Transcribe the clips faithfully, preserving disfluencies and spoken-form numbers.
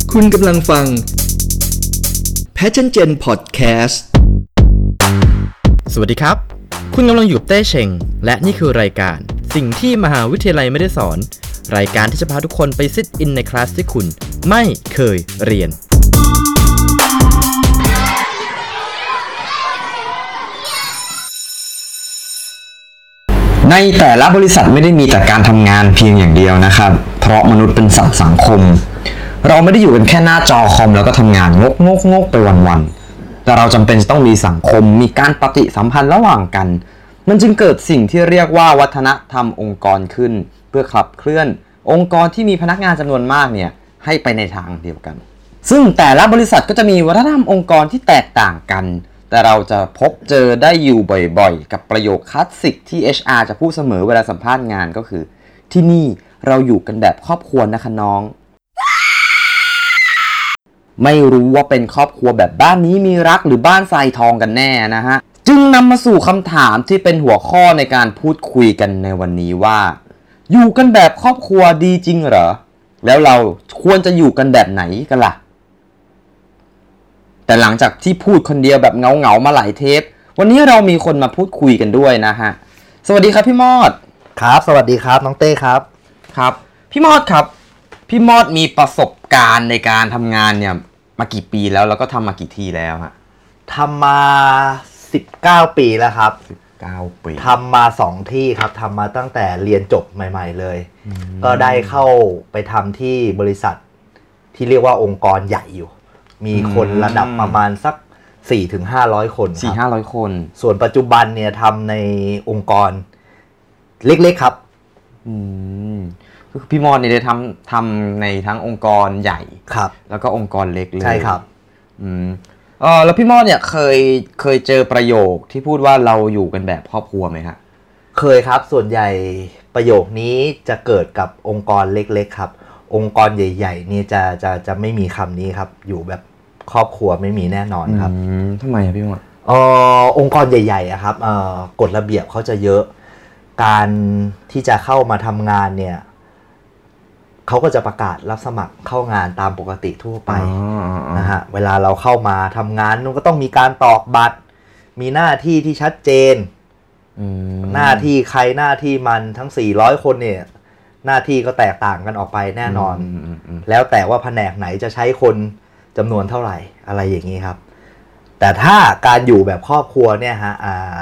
คุณกำลังฟัง Passion Gen Podcast สวัสดีครับคุณกำลังอยู่กับเต้เชงและนี่คือรายการสิ่งที่มหาวิทยาลัยไม่ได้สอนรายการที่จะพาทุกคนไปซิทอินในคลาสที่คุณไม่เคยเรียนในแต่ละบริษัทไม่ได้มีแต่การทำงานเพียงอย่างเดียวนะครับเพราะมนุษย์เป็นสัตว์สังคมเราไม่ได้อยู่กันแค่หน้าจอคอมแล้วก็ทำงานงกงกงกไปวันๆแต่เราจำเป็นต้องมีสังคมมีการปฏิสัมพันธ์ระหว่างกันมันจึงเกิดสิ่งที่เรียกว่าวัฒนธรรมองค์กรขึ้นเพื่อขับเคลื่อนองค์กรที่มีพนักงานจำนวนมากเนี่ยให้ไปในทางเดียวกันซึ่งแต่ละบริษัทก็จะมีวัฒนธรรมองค์กรที่แตกต่างกันแต่เราจะพบเจอได้อยู่บ่อยๆกับประโยคคลาสสิกที่ เอช อาร์ จะพูดเสมอเวลาสัมภาษณ์งานก็คือที่นี่เราอยู่กันแบบครอบครัวนะคะน้องไม่รู้ว่าเป็นครอบครัวแบบบ้านนี้มีรักหรือบ้านทรายทองกันแน่นะฮะจึงนำมาสู่คำถามที่เป็นหัวข้อในการพูดคุยกันในวันนี้ว่าอยู่กันแบบครอบครัวดีจริงเหรอแล้วเราควรจะอยู่กันแบบไหนกันล่ะแต่หลังจากที่พูดคนเดียวแบบเงาๆมาหลายเทปวันนี้เรามีคนมาพูดคุยกันด้วยนะฮะสวัสดีครับพี่มอดครับสวัสดีครับน้องเต้ครับครับพี่มอดครับพี่มอดมีประสบการณ์ในการทำงานเนี่ยมากี่ปีแล้วแล้วก็ทำมากี่ทีแล้วฮะทำมาสิบเก้าปีแล้วครับสิบเก้าปีทำมาสองที่ครับทำมาตั้งแต่เรียนจบใหม่ๆเลยก็ได้เข้าไปทำที่บริษัทที่เรียกว่าองค์กรใหญ่อยู่มีคนระดับประมาณสัก สี่ถึงห้าร้อย คนครับสี่ถึงห้าร้อย คนส่วนปัจจุบันเนี่ยทำในองค์กรเล็กๆครับอืมคือพี่มอดเนี่ยได้ทำทำในทั้งองค์กรใหญ่ครับแล้วก็องค์กรเล็กเลยใช่ครับอืมเออแล้วพี่มอดเนี่ยเคยเคยเจอประโยคที่พูดว่าเราอยู่กันแบบครอบครัวไหมครับเคยครับส่วนใหญ่ประโยคนี้จะเกิดกับองค์กรเล็กๆครับองค์กรใหญ่ๆนี่จะจะจะไม่มีคำนี้ครับอยู่แบบครอบครัวไม่มีแน่นอนครับทำไมครับพี่มอดเอ่อองค์กรใหญ่ๆอะครับเอ่อกฎระเบียบเขาจะเยอะการที่จะเข้ามาทำงานเนี่ยเขาก็จะประกาศรับสมัครเข้างานตามปกติทั่วไปนะฮะเวลาเราเข้ามาทำงานมันก็ต้องมีการตอกบัตรมีหน้าที่ที่ชัดเจนหน้าที่ใครหน้าที่มันทั้งสี่ร้อยคนเนี่ยหน้าที่ก็แตกต่างกันออกไปแน่นอนแล้วแต่ว่าแผนกไหนจะใช้คนจำนวนเท่าไหร่อะไรอย่างนี้ครับแต่ถ้าการอยู่แบบครอบครัวเนี่ยฮะ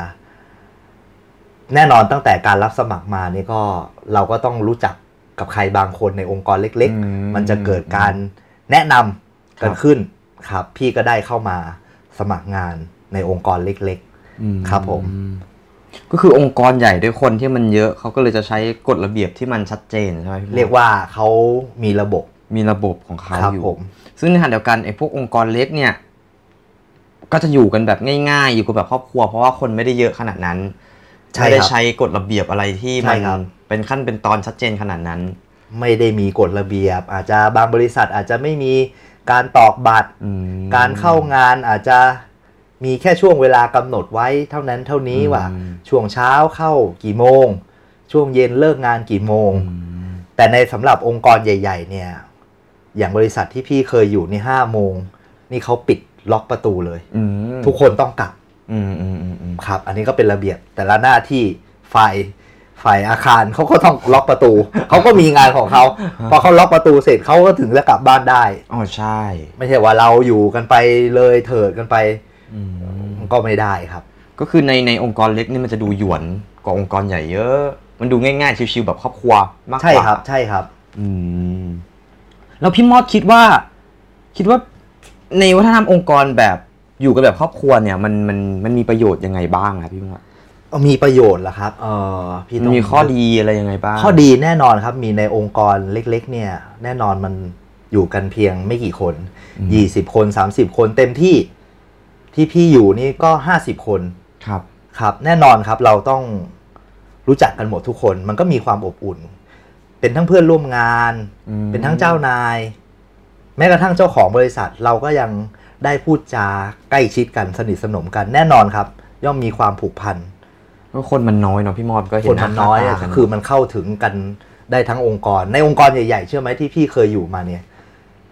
แน่นอนตั้งแต่การรับสมัครมานี่ก็เราก็ต้องรู้จักกับใครบางคนในองค์กรเล็กๆมันจะเกิดการแนะนำกันขึ้นครับพี่ก็ได้เข้ามาสมัครงานในองค์กรเล็กๆครับผมก็คือองค์กรใหญ่ด้วยคนที่มันเยอะเขาก็เลยจะใช้กฎระเบียบที่มันชัดเจนใช่ไหมเรียกว่าเขามีระบบมีระบบของเขาอยู่ซึ่งในขณะเดียวกันไอ้พวกองค์กรเล็กเนี่ยก็จะอยู่กันแบบง่ายๆอยู่กันแบบครอบครัวเพราะว่าคนไม่ได้เยอะขนาดนั้นไม่ได้ใช้กฎระเบียบอะไรที่มันเป็นขั้นเป็นตอนชัดเจนขนาดนั้นไม่ได้มีกฎระเบียบอาจจะบางบริษัทอาจจะไม่มีการตอกบัตรการเข้างานอาจจะมีแค่ช่วงเวลากำหนดไว้เท่านั้นเท่านี้ว่าช่วงเช้าเข้ากี่โมงช่วงเย็นเลิกงานกี่โมงแต่ในสำหรับองค์กรใหญ่ๆเนี่ยอย่างบริษัทที่พี่เคยอยู่นี่ห้าโมงนี่เขาปิดล็อกประตูเลยทุกคนต้องกลับครับอันนี้ก็เป็นระเบียบแต่ละหน้าที่ฝ่ายฝ่ายอาคารเขาก็ต้องล็อกประตูเขาก็มีงานของเขาพอเขาล็อกประตูเสร็จเขาก็ถึงจะกลับบ้านได้อ๋อใช่ไม่ใช่ว่าเราอยู่กันไปเลยเถิดกันไปก็ไม่ได้ครับก็คือในในองค์กรเล็กนี่มันจะดูหยวนกว่าองค์กรใหญ่เยอะมันดูง่ายๆชิวๆแบบครอบครัวมากกว่าใช่ครับใช่ครับอืมแล้วพี่มอดคิดว่าคิดว่าในวัฒนธรรมองค์กรแบบอยู่กันแบบครอบครัวเนี่ยมันมันมันมีประโยชน์ยังไงบ้างครับพี่มอดมีประโยชน์เหรอครับเออพี่ต้องมีข้อดีอะไรยังไงบ้างข้อดีแน่นอนครับมีในองค์กรเล็กๆเนี่ยแน่นอนมันอยู่กันเพียงไม่กี่คนยี่สิบคนสามสิบคนเต็มที่ที่พี่อยู่นี่ก็ห้าสิบคนครับครับแน่นอนครับเราต้องรู้จักกันหมดทุกคนมันก็มีความอบอุ่นเป็นทั้งเพื่อนร่วมงานเป็นทั้งเจ้านายแม้กระทั่งเจ้าของบริษัทเราก็ยังได้พูดจาใกล้ชิดกันสนิทสนมกันแน่นอนครับย่อมมีความผูกพันก็คนมันน้อยเนาะพี่มอดก็เห็นคนมันน้อยก็คือมันเข้าถึงกันได้ทั้งองค์กรในองค์กรใหญ่ๆเชื่อไหมที่พี่เคยอยู่มาเนี่ย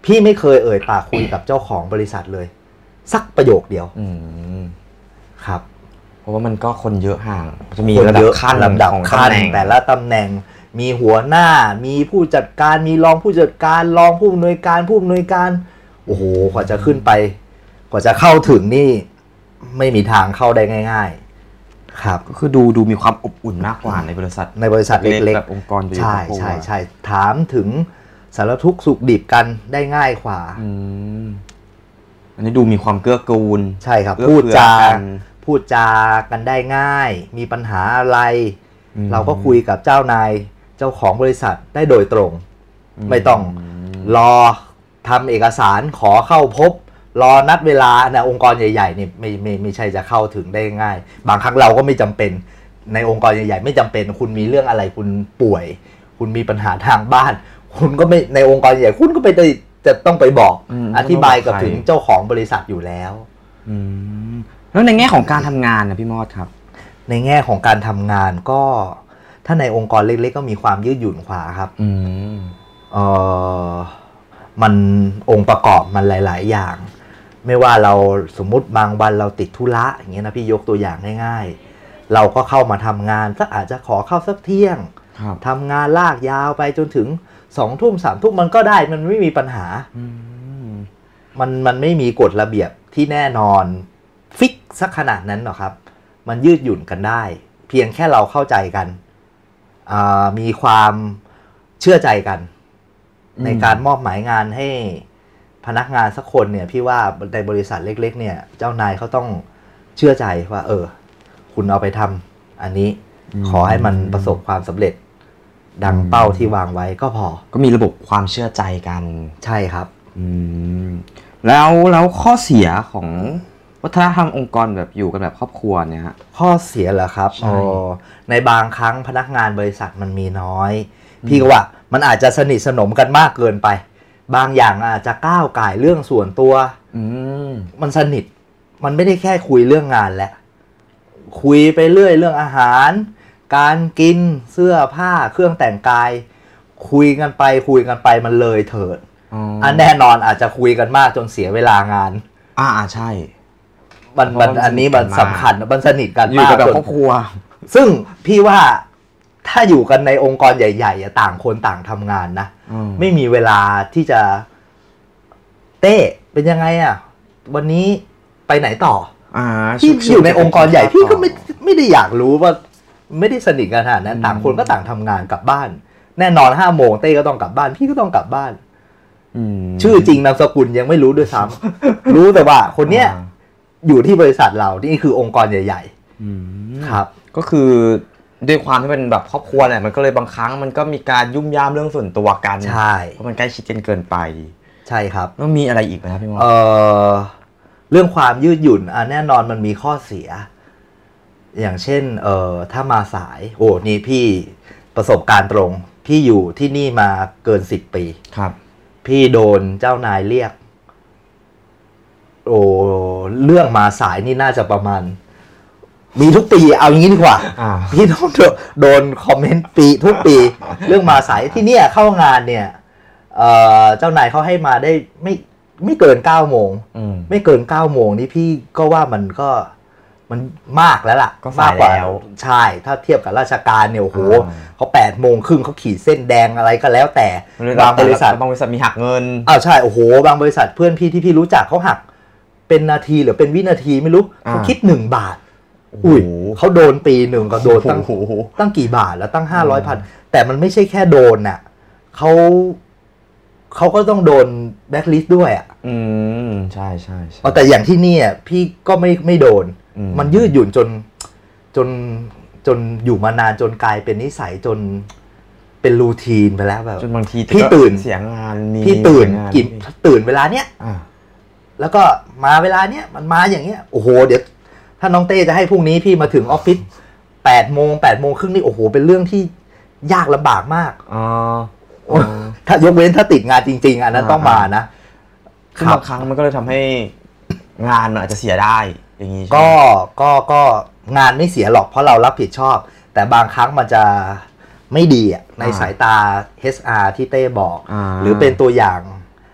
พี่ไม่เคยเอ่ยปากคุยกับเจ้าของบริษัทเลยสักประโยคเดียวครับเพราะว่ามันก็คนเยอะห่างจะมีระดับขั้นลำดับของขั้นแต่ละตำแหน่งมีหัวหน้ามีผู้จัดการมีรองผู้จัดการรองผู้อำนวยการผู้อำนวยการโอ้โหกว่าจะขึ้นไปกว่าจะเข้าถึงนี่ไม่มีทางเข้าได้ง่ายๆครับก็คือดูดูมีความอบอุ่นมากกว่าในบริษัทในบริษัทเล็กๆแบบองค์กรใช่ใช่ใช่ถามถึงสารทุกข์สุขดิบกันได้ง่ายกว่าอันนี้ดูมีความเกื้อกูลใช่ครับพูดจาพูดจากันได้ง่ายมีปัญหาอะไรเราก็คุยกับเจ้านายเจ้าของบริษัทได้โดยตรงไม่ต้องรอทำเอกสารขอเข้าพบรอนัดเวลานะองค์กรใหญ่ๆนี่ไม่ไม่ไม่ใช่จะเข้าถึงได้ง่ายบางครั้งเราก็ไม่จำเป็นในองค์กรใหญ่ๆไม่จำเป็นคุณมีเรื่องอะไรคุณป่วยคุณมีปัญหาทางบ้านคุณก็ไม่ในองค์กรใหญ่คุณก็ไปจะต้องไปบอกอธิบายกับถึงเจ้าของบริษัทอยู่แล้วแล้วในแง่ของการทำงานนะพี่มอดครับในแง่ของการทำงานก็ถ้าในองค์กรเล็กๆก็มีความยืดหยุ่นกว่าครับเออมันองค์ประกอบมันหลายๆอย่างไม่ว่าเราสมมุติบางวันเราติดธุระอย่างเงี้ยนะพี่ยกตัวอย่างง่ายๆเราก็เข้ามาทำงานสักอาจจะขอเข้าสักเที่ยงทำงานลากยาวไปจนถึงสองทุ่มสามทุ่มมันก็ได้มันไม่มีปัญหามันมันไม่มีกฎระเบียบที่แน่นอนฟิกสักขนาดนั้นหรอกครับมันยืดหยุ่นกันได้เพียงแค่เราเข้าใจกันมีความเชื่อใจกันในการมอบหมายงานให้พนักงานสักคนเนี่ยพี่ว่าในบริษัทเล็กๆเนี่ยเจ้านายเขาต้องเชื่อใจว่าเออคุณเอาไปทำอันนี้ขอให้มันประสบความสำเร็จดังเป้าที่วางไว้ก็พอก็มีระบบความเชื่อใจกันใช่ครับแล้วแล้วข้อเสียของวัฒนธรรมองค์กรแบบอยู่กันแบบครอบครัวเนี่ยฮะข้อเสียเหรอครับอ๋อในบางครั้งพนักงานบริษัทมันมีน้อยพี่ก็ว่ามันอาจจะสนิทสนมกันมากเกินไปบางอย่างอาจจะก้าวก่ายเรื่องส่วนตัวมันสนิทมันไม่ได้แค่คุยเรื่องงานแล้วคุยไปเรื่อยเรื่องอาหารการกินเสื้อผ้าเครื่องแต่งกายคุยกันไปคุยกันไปมันเลยเถิดอันแน่นอนอาจจะคุยกันมากจนเสียเวลางานอ่าใช่มันมันอันนี้มันสำคัญมันสนิทกันมากอยู่กับครอบครัวซึ่งพี่ว่าถ้าอยู่กันในองค์กรใหญ่ๆต่างคนต่างทำงานนะไม่มีเวลาที่จะเต้เป็นยังไงอ่ะวันนี้ไปไหนต่อที่อยู่ในองค์กรใหญ่พี่ก็ไม่ไม่ได้อยากรู้ว่าไม่ได้สนิทกันขนาดนั้นต่างคนก็ต่างทำงานกลับบ้านแน่นอนห้าโมงเต้ก็ต้องกลับบ้านพี่ก็ต้องกลับบ้านชื่อจริงนามสกุลยังไม่รู้ด้วยซ้ำรู้แต่ว่าคนเนี้ยอยู่ที่บริษัทเรานี่คือองค์กรใหญ่ๆครับก็คือด้วยความที่เป็นแบบครอบครัวเนี่ยมันก็เลยบางครั้งมันก็มีการยุ่มย่ามเรื่องส่วนตัวกันใช่เพราะมันใกล้ชิดกันเกินไปใช่ครับแล้วมีอะไรอีกไหมครับพี่มอสเอ่อเรื่องความยืดหยุ่นอ่ะแน่นอนมันมีข้อเสียอย่างเช่นเอ่อถ้ามาสายโอ้นี่พี่ประสบการณ์ตรงพี่อยู่ที่นี่มาเกินสิบปีครับพี่โดนเจ้านายเรียกโอ้เรื่องมาสายนี่น่าจะประมาณมีทุกปีเอาอย่างนี้ดีกว่าพี่ต้องโดนคอมเมนต์ปีทุกปีเรื่องมาสายที่เนี่ยเข้างานเนี่ยเอ่อเจ้านายเขาให้มาได้ไม่ไม่เกินเก้าโมงไม่เกินเก้าโมงนี่พี่ก็ว่ามันก็มันมากแล้วล่ะมากกว่าใช่ถ้าเทียบกับราชการเนี่ยโอ้โหเขาแปดโมงครึ่งเขาขีดเส้นแดงอะไรก็แล้วแต่บางบริษัทบางบริษัทมีหักเงินอ้าวใช่โอ้โหบางบริษัทเพื่อนพี่ที่พี่รู้จักเขาหักเป็นนาทีหรือเป็นวินาทีไม่รู้เขาคิดหนึ่งบาทอุ้ยเขาโดนปีหนึ่งก็โดนตั้งตั้งกี่บาทแล้วตั้งห้าร้อยพันแต่มันไม่ใช่แค่โดนน่ะเขาเขาก็ต้องโดนแบล็คลิสต์ด้วยอ่ะอืมใช่ใช่ใช่แต่อย่างที่นี่อ่ะพี่ก็ไม่ไม่โดนมันยืดหยุ่นจนจนจนอยู่มานานจนกลายเป็นนิสัยจนเป็นรูทีนไปแล้วแบบจนบางทีพี่ตื่นเสียงานมีพี่ตื่นกี่ตื่นเวลาเนี้ยแล้วก็มาเวลาเนี้ยมันมาอย่างเงี้ยโอ้โหเดี๋ยวถ้าน้องเต้จะให้พรุ่งนี้พี่มาถึงออฟฟิศแปดโมงแปดโมงครึ่งนี่โอ้โหเป็นเรื่องที่ยากลำบากมากอ๋อถ้ายกเว้นถ้าติดงานจริงๆอันนั้นต้องมานะบางครั้งมันก็เลยทำให้งานมันอาจจะเสียได้อย่างนี้ก็ก็ก็งานไม่เสียหรอกเพราะเรารับผิดชอบแต่บางครั้งมันจะไม่ดีอ่ะในสายตา เอช อาร์ ที่เต้บอกหรือเป็นตัวอย่าง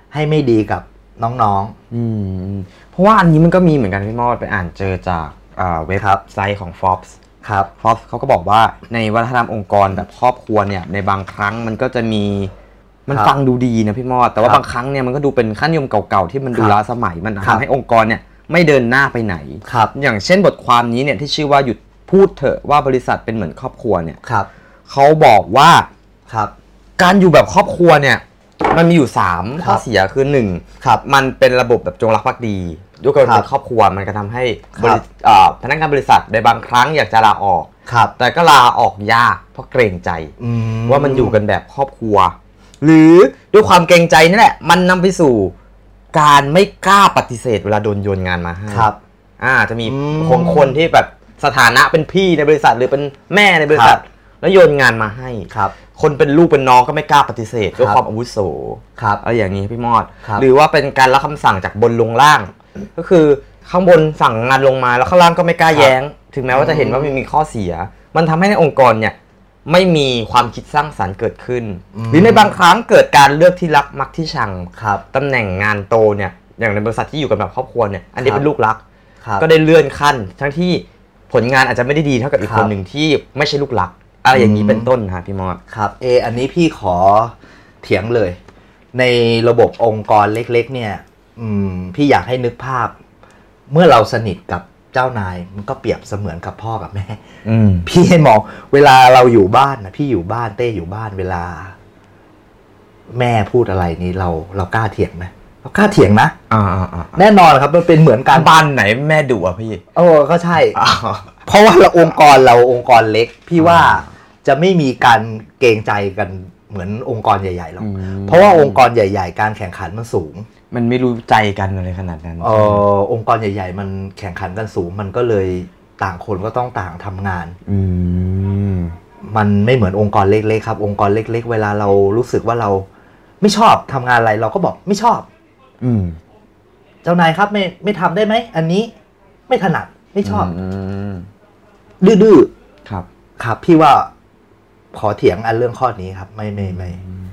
ให้ไม่ดีกับน้องๆอืมเพราะว่าอันนี้มันก็มีเหมือนกันพี่มอดไปอ่านเจอจากเว็บไซต์ของ Forbes ครับ Forbes เขาก็บอกว่าในวัฒนธรรมองค์กรแบบครอบครัวเนี่ยในบางครั้งมันก็จะมีมันฟังดูดีนะพี่มอดแต่ว่าบางครั้งเนี่ยมันก็ดูเป็นค่านิยมเก่าๆที่มันดูล้าสมัยมันทำให้องค์กรเนี่ยไม่เดินหน้าไปไหนอย่างเช่นบทความนี้เนี่ยที่ชื่อว่าหยุดพูดเถอะว่าบริษัทเป็นเหมือนครอบครัวเนี่ยเขาบอกว่าการอยู่แบบครอบครัวเนี่ยมันมีอยู่สามข้อเสียคือหนึ่งมันเป็นระบบแบบจงรักภักดีด้วยกันเป็นครอบครัวมันก็ทำให้พนักงานบริษัทในบางครั้งอยากจะลาออกแต่ก็ลาออกยากเพราะเกรงใจว่ามันอยู่กันแบบครอบครัวหรือด้วยความเกรงใจนี่แหละมันนำไปสู่การไม่กล้าปฏิเสธเวลาโดนโยนงานมาให้ครับอ่าจะมีคนคนที่แบบสถานะเป็นพี่ในบริษัทหรือเป็นแม่ในบริษัทแล้วโยนงานมาให้ครับคนเป็นลูกเป็นน้องก็ไม่กล้าปฏิเสธด้วยความอาวุโสครับอะไรอย่างนี้พี่มอดหรือว่าเป็นการรับคำสั่งจากบนลงล่างก็คือข้างบนสั่งงานลงมาแล้วข้างล่างก็ไม่กล้าแย้งถึงแม้ว่าจะเห็นว่ามันมีข้อเสียมันทำให้ในองค์กรเนี่ยไม่มีความคิดสร้างสรรค์เกิดขึ้นหรือในบางครั้งเกิดการเลือกที่รักมักที่ชังตำแหน่งงานโตเนี่ยอย่างในบริษัทที่อยู่กันแบบครอบครัวเนี่ยอันนี้เป็นลูกรักก็ได้เลื่อนขั้นทั้งที่ผลงานอาจจะไม่ได้ดีเท่ากับอีกคนหนึ่งที่ไม่ใช่ลูกรักอะไรอย่างนี้เป็นต้นฮะพี่มอดครับเออันนี้พี่ขอเถียงเลยในระบบองค์กรเล็กๆเนี่ยพี่อยากให้นึกภาพเมื่อเราสนิทกับเจ้านายมันก็เปรียบเสมือนกับพ่อกับแม่พี่ให้มองเวลาเราอยู่บ้านนะพี่อยู่บ้านเต้อยู่บ้านเวลาแม่พูดอะไรนี่เราเรากล้าเถียงไหมเรากล้าเถียงนะอ่าแน่นอนครับมันเป็นเหมือนการบ้านไหนแม่ดุอ่ะพี่โอ้ก็ใช่เพราะว่าเราองค์กรเราองค์กรเล็กพี่ว่าจะไม่มีการเกรงใจกันเหมือนองค์กรใหญ่ๆหรอกเพราะว่าองค์กรใหญ่ๆการแข่งขันมันสูงมันไม่รู้ใจกันอะไรขนาดนั้นเออองค์กรใหญ่ๆมันแข่งขันกันสูงมันก็เลยต่างคนก็ต้องต่างทำงานอืมมันไม่เหมือนองค์กรเล็กๆครับองค์กรเล็กๆเวลาเรารู้สึกว่าเราไม่ชอบทำงานอะไรเราก็บอกไม่ชอบอืมเจ้านายครับไม่ไม่ทำได้ไหมอันนี้ไม่ถนัดไม่ชอบดื้อๆครับครับพี่ว่าขอเถียงอันเรื่องข้อนี้ครับไม่ไม่ไม่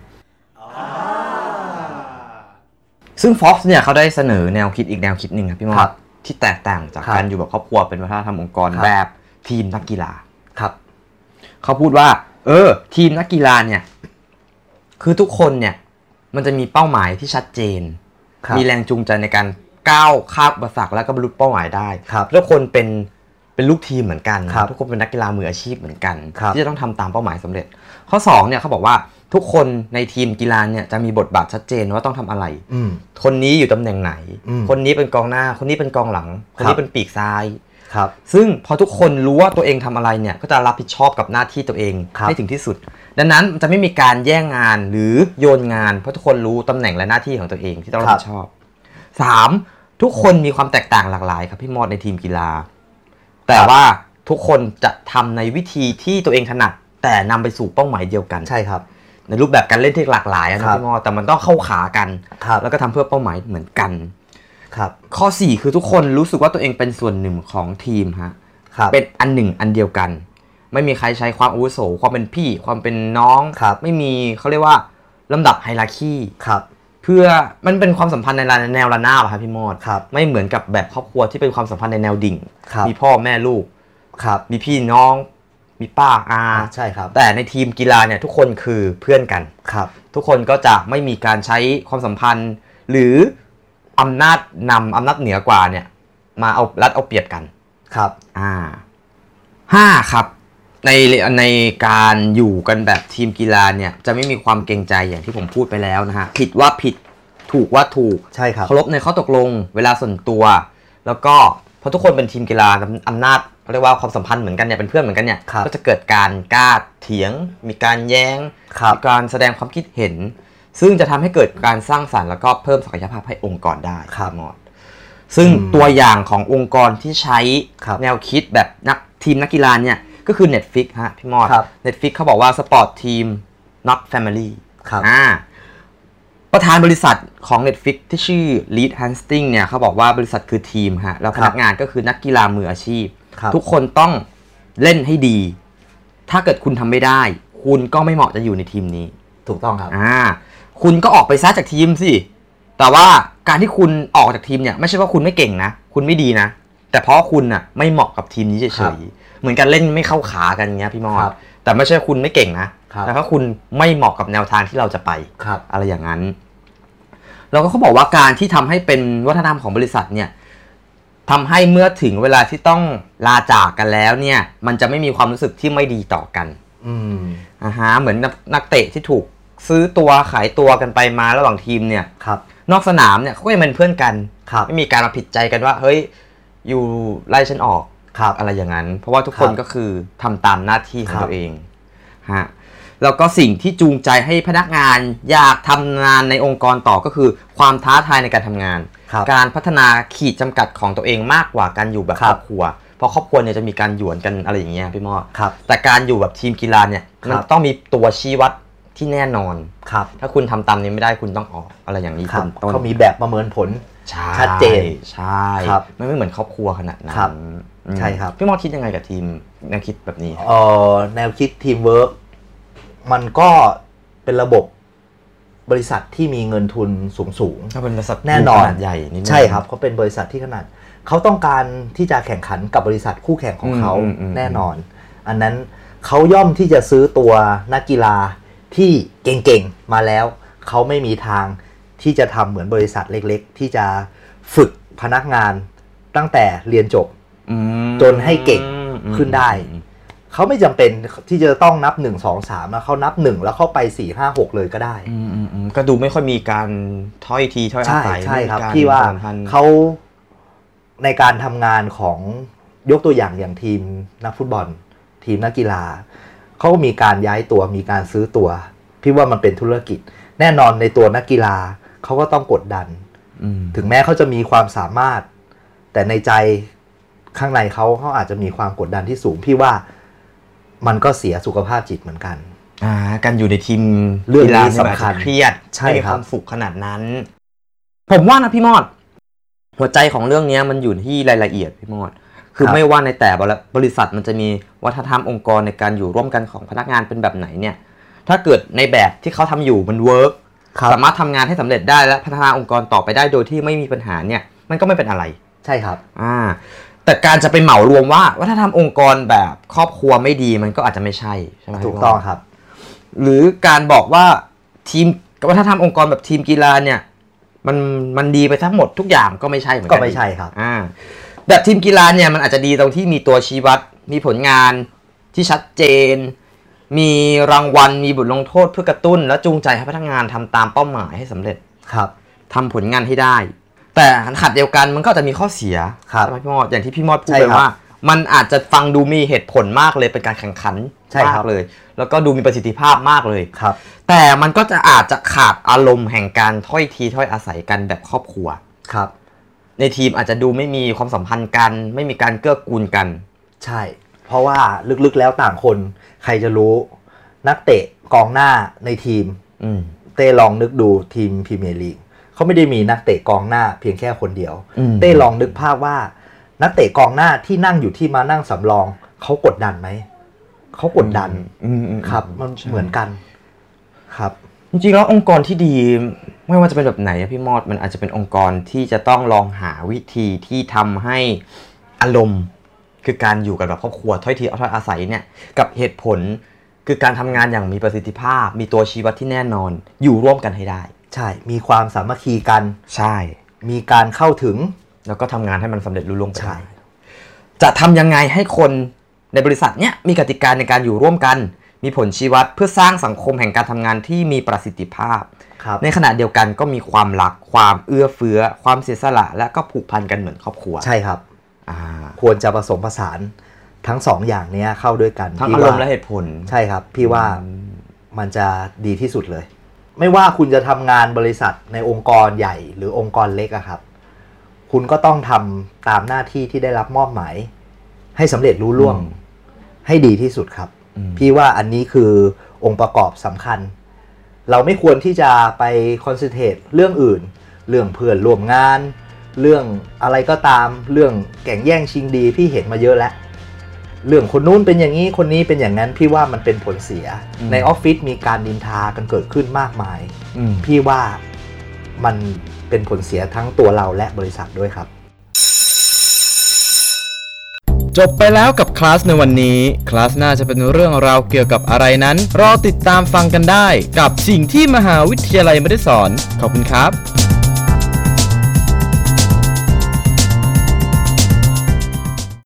ซึ่ง Forbes เนี่ยเขาได้เสนอแนวคิดอีกแนวคิดหนึ่งครับพี่มอสที่แตกต่างจากการอยู่แบบครอบครัวเป็นวัฒนธรรมองค์กรแบบทีมนักกีฬาครับเขาพูดว่าเออทีมนักกีฬาเนี่ยคือทุกคนเนี่ยมันจะมีเป้าหมายที่ชัดเจนมีแรงจูงใจในการก้าวข้ามอุปสรรคแล้วก็บรรลุเป้าหมายได้ทุกคนเป็นเป็นลูกทีมเหมือนกันทุกคนเป็นนักกีฬามืออาชีพเหมือนกันที่จะต้องทำตามเป้าหมายสำเร็จข้อสองเนี่ยเขาบอกว่าทุกคนในทีมกีฬาเนี่ยจะมีบทบาทชัดเจนว่าต้องทำอะไรคนนี้อยู่ตำแหน่งไหนคนนี้เป็นกองหน้าคนนี้เป็นกองหลังคนนี้เป็นปีกซ้ายครับซึ่งพอทุกคนรู้ว่าตัวเองทำอะไรเนี่ยก็จะรับผิดชอบกับหน้าที่ตัวเองให้ถึงที่สุดดังนั้นมันจะไม่มีการแย่งงานหรือโยนงานเพราะทุกคนรู้ตำแหน่งและหน้าที่ของตัวเองที่ต้องรับผิดชอบสามทุกคนมีความแตกต่างหลากหลายครับพี่มอดในทีมกีฬาแต่ว่าทุกคนจะทำในวิธีที่ตัวเองถนัดแต่นำไปสู่เป้าหมายเดียวกันใช่ครับในรูปแบบการเล่นที่หลากหลายนะพี่มอแต่มันต้องเข้าขากันแล้วก็ทำเพื่อเป้าหมายเหมือนกันครับข้อสี่คือทุกคนรู้สึกว่าตัวเองเป็นส่วนหนึ่งของทีมฮะเป็นอันหนึ่งอันเดียวกันไม่มีใครใช้ความอาวุโสความเป็นพี่ความเป็นน้องไม่มีเขาเรียกว่าลำดับไฮรักีครับเพื่อมันเป็นความสัมพันธ์ในแนวระนาบครับพี่มอดไม่เหมือนกับแบบครอบครัวที่เป็นความสัมพันธ์ในแนวดิ่งมีพ่อแม่ลูกมีพี่น้องมีป้าอาใช่ครับแต่ในทีมกีฬาเนี่ยทุกคนคือเพื่อนกันครับทุกคนก็จะไม่มีการใช้ความสัมพันธ์หรืออำนาจนำอำนาจเหนือกว่าเนี่ยมาเอารัดเอาเปรียบกันครับอ่าห้าครับในในการอยู่กันแบบทีมกีฬาเนี่ยจะไม่มีความเกรงใจอย่างที่ผมพูดไปแล้วนะฮะผิดว่าผิดถูกว่าถูกใช่ครับเคารพในข้อตกลงเวลาส่วนตัวแล้วก็เพราะทุกคนเป็นทีมกีฬาอำนาจเรียกว่าความสัมพันธ์เหมือนกันเนี่ยเป็นเพื่อนเหมือนกันเนี่ยก็จะเกิดการกล้าเถียงมีการแย้งมีการแสดงความคิดเห็นซึ่งจะทำให้เกิดการสร้างสรรค์แล้วก็เพิ่มศักยภาพให้องค์กรได้ครับหมดซึ่งตัวอย่างขององค์กรที่ใช้แนวคิดแบบนักทีมนักกีฬาเนี่ยก็คือ Netflix ฮะพี่มอด Netflix เขาบอกว่าสปอร์ตทีม not family ครับอ่าประธานบริษัทของ Netflix ที่ชื่อ Reed Hastings เนี่ยเขาบอกว่าบริษัทคือทีมฮะแล้วพนักงานก็คือนักกีฬามืออาชีพทุกคนต้องเล่นให้ดีถ้าเกิดคุณทำไม่ได้คุณก็ไม่เหมาะจะอยู่ในทีมนี้ถูกต้องครับอ่าคุณก็ออกไปซะจากทีมสิแต่ว่าการที่คุณออกจากทีมเนี่ยไม่ใช่ว่าคุณไม่เก่งนะคุณไม่ดีนะแต่เพราะคุณน่ะไม่เหมาะกับทีมนี้เฉยๆเหมือนกันเล่นไม่เข้าขากันเงี้ยพี่มอดแต่ไม่ใช่คุณไม่เก่งนะแต่ถ้าคุณไม่เหมาะกับแนวทางที่เราจะไปอะไรอย่างนั้นแล้วก็เขาบอกว่าการที่ทำให้เป็นวัฒนธรรมของบริษัทเนี่ยทำให้เมื่อถึงเวลาที่ต้องลาจากกันแล้วเนี่ยมันจะไม่มีความรู้สึกที่ไม่ดีต่อกันอืมอ่าฮะเหมือนนักเตะที่ถูกซื้อตัวขายตัวกันไปมาระหว่างทีมเนี่ยนอกสนามเนี่ยเขาก็ยังเป็นเพื่อนกันไม่มีการมาผิดใจกันว่าเฮ้ยอยู่ไล่ฉันออกอะไรอย่างนั้นเพราะว่าทุกคนก็คือทำตามหน้าที่ของตัวเองฮะแล้วก็สิ่งที่จูงใจให้พนักงานอยากทำงานในองค์กรต่อก็คือความท้าทายในการทำงานการพัฒนาขีดจำกัดของตัวเองมากกว่าการอยู่แบบครอบครัวเพราะครอบครัวเนี่ยจะมีการหยวนกันอะไรอย่างเงี้ยพี่มอแต่การอยู่แบบทีมกีฬาเนี่ยมันต้องมีตัวชี้วัดที่แน่นอนถ้าคุณทำตามนี้ไม่ได้คุณต้องออกอะไรอย่างนี้เป็นต้นเขามีแบบประเมินผลชัดเจนใช่ไม่ไม่เหมือนครอบครัวขนาดนั้นใช่ครับพี่มอคิดยังไงกับทีมแนวคิดแบบนี้เออแนวคิดทีมเวิร์กมันก็เป็นระบบบริษัทที่มีเงินทุนสูงสูงแน่นอนใหญ่ใช่ครับเขาเป็นบริษัทที่ขนาดเขาต้องการที่จะแข่งขันกับบริษัทคู่แข่งของเขาแน่นอนอันนั้นเขาย่อมที่จะซื้อตัวนักกีฬาที่เก่งๆมาแล้วเขาไม่มีทางที่จะทำเหมือนบริษัทเล็กๆที่จะฝึกพนักงานตั้งแต่เรียนจบจนให้เก่งขึ้นได้เขาไม่จำเป็นที่จะต้องนับหนึ่ง สอง สามแล้วเขานับหนึ่งแล้วเข้าไปสี่ ห้า หกเลยก็ได้ก็ดูไม่ค่อยมีการถ้อยทีถ้อยอาศัยใช่ครับพี่ว่าเขาในการทำงานของยกตัวอย่างอย่างทีมนักฟุตบอลทีมนักกีฬาเขามีการย้ายตัวมีการซื้อตัวพี่ว่ามันเป็นธุรกิจแน่นอนในตัวนักกีฬาเขาก็ต้องกดดันถึงแม้เขาจะมีความสามารถแต่ในใจข้างในเขาเขาอาจจะมีความกดดันที่สูงพี่ว่ามันก็เสียสุขภาพจิตเหมือนกันอ่าการอยู่ในทีมเรื่องนี้สำคัญเครียดไม่มีความสุขขนาดนั้นผมว่านะพี่มอดหัวใจของเรื่องนี้มันอยู่ที่รายละเอียดพี่มอดคือไม่ว่าในแต่บริษัทมันจะมีวัฒนธรรมองค์กรในการอยู่ร่วมกันของพนักงานเป็นแบบไหนเนี่ยถ้าเกิดในแบบที่เขาทำอยู่มันเวิร์กสามารถทำงานให้สำเร็จได้และพัฒนาองค์กรต่อไปได้โดยที่ไม่มีปัญหาเนี่ยมันก็ไม่เป็นอะไรใช่ครับอ่าแต่การจะไปเหมารวมว่าวัฒนธรรมองค์กรแบบครอบครัวไม่ดีมันก็อาจจะไม่ใช่ใช่ไหมถูกต้องครับหรือการบอกว่าทีมวัฒนธรรมองค์กรแบบทีมกีฬาเนี่ยมันมันดีไปทั้งหมดทุกอย่างก็ไม่ใช่เหมือนกันก็ไม่ใช่ครับอ่าแบบทีมกีฬาเนี่ยมันอาจจะดีตรงที่มีตัวชี้วัดมีผลงานที่ชัดเจนมีรางวัลมีบทลงโทษเพื่อกระตุ้นและจูงใจให้พนักงานทำตามเป้าหมายให้สำเร็จครับทำผลงานให้ได้แต่ขัดเดียวกันมันก็จะมีข้อเสียใช่ไหมพี่มอดอย่างที่พี่มอดพูดไปว่ามันอาจจะฟังดูมีเหตุผลมากเลยเป็นการแข่งขันมากเลยแล้วก็ดูมีประสิทธิภาพมากเลยครับแต่มันก็จะอาจจะขาดอารมณ์แห่งการถ้อยทีถ้อยอาศัยกันแบบครอบครัวครับในทีมอาจจะดูไม่มีความสัมพันธ์กันไม่มีการเกื้อกูลกันใช่เพราะว่าลึกๆแล้วต่างคนใครจะรู้นักเตะกองหน้าในทีมเต้ลองนึกดูทีมพรีเมียร์ลีกเขาไม่ได้มีนักเตะกองหน้าเพียงแค่คนเดียวเต้ลองนึกภาพว่านักเตะกองหน้าที่นั่งอยู่ที่มานั่งสำรองเขากดดันไหมเขากดดันครับมันเหมือนกันครับจริงๆแล้วองค์กรที่ดีไม่ว่าจะเป็นแบบไหนพี่มอดมันอาจจะเป็นองค์กรที่จะต้องลองหาวิธีที่ทำให้อารมณ์คือการอยู่กันแบบครอบครัวถ้อยทีถ้อยอาศัยเนี่ยกับเหตุผลคือการทำงานอย่างมีประสิทธิภาพมีตัวชี้วัดที่แน่นอนอยู่ร่วมกันให้ได้ใช่มีความสามัคคีกันใช่มีการเข้าถึงแล้วก็ทำงานให้มันสำเร็จลุล่วงไปได้จะทำยังไงให้คนในบริษัทเนี้ยมีกติกาในการอยู่ร่วมกันมีผลชี้วัดเพื่อสร้างสังคมแห่งการทำงานที่มีประสิทธิภาพในขณะเดียวกันก็มีความรักความเอื้อเฟื้อความเสียสละและก็ผูกพันกันเหมือนครอบครัวใช่ครับควรจะผสมผสานทั้งสองอย่างนี้เข้าด้วยกันทั้งอารมณ์และเหตุผลใช่ครับพี่ว่ามันจะดีที่สุดเลยไม่ว่าคุณจะทำงานบริษัทในองค์กรใหญ่หรือองค์กรเล็กอะครับคุณก็ต้องทำตามหน้าที่ที่ได้รับมอบหมายให้สำเร็จรุ่ล่วงให้ดีที่สุดครับพี่ว่าอันนี้คือองค์ประกอบสำคัญเราไม่ควรที่จะไปคอนเซนเทรตเรื่องอื่นเรื่องเพื่อนร่วมงานเรื่องอะไรก็ตามเรื่องแข่งแย่งชิงดีพี่เห็นมาเยอะแล้วเรื่องคนนู้นเป็นอย่างนี้คนนี้เป็นอย่างนั้นพี่ว่ามันเป็นผลเสียในออฟฟิศมีการนินทากันเกิดขึ้นมากมายพี่ว่ามันเป็นผลเสียทั้งตัวเราและบริษัทด้วยครับจบไปแล้วกับคลาสในวันนี้คลาสหน้าจะเป็นเรื่องราวเกี่ยวกับอะไรนั้นรอติดตามฟังกันได้กับสิ่งที่มหาวิทยาลัยไม่ได้สอนขอบคุณครับ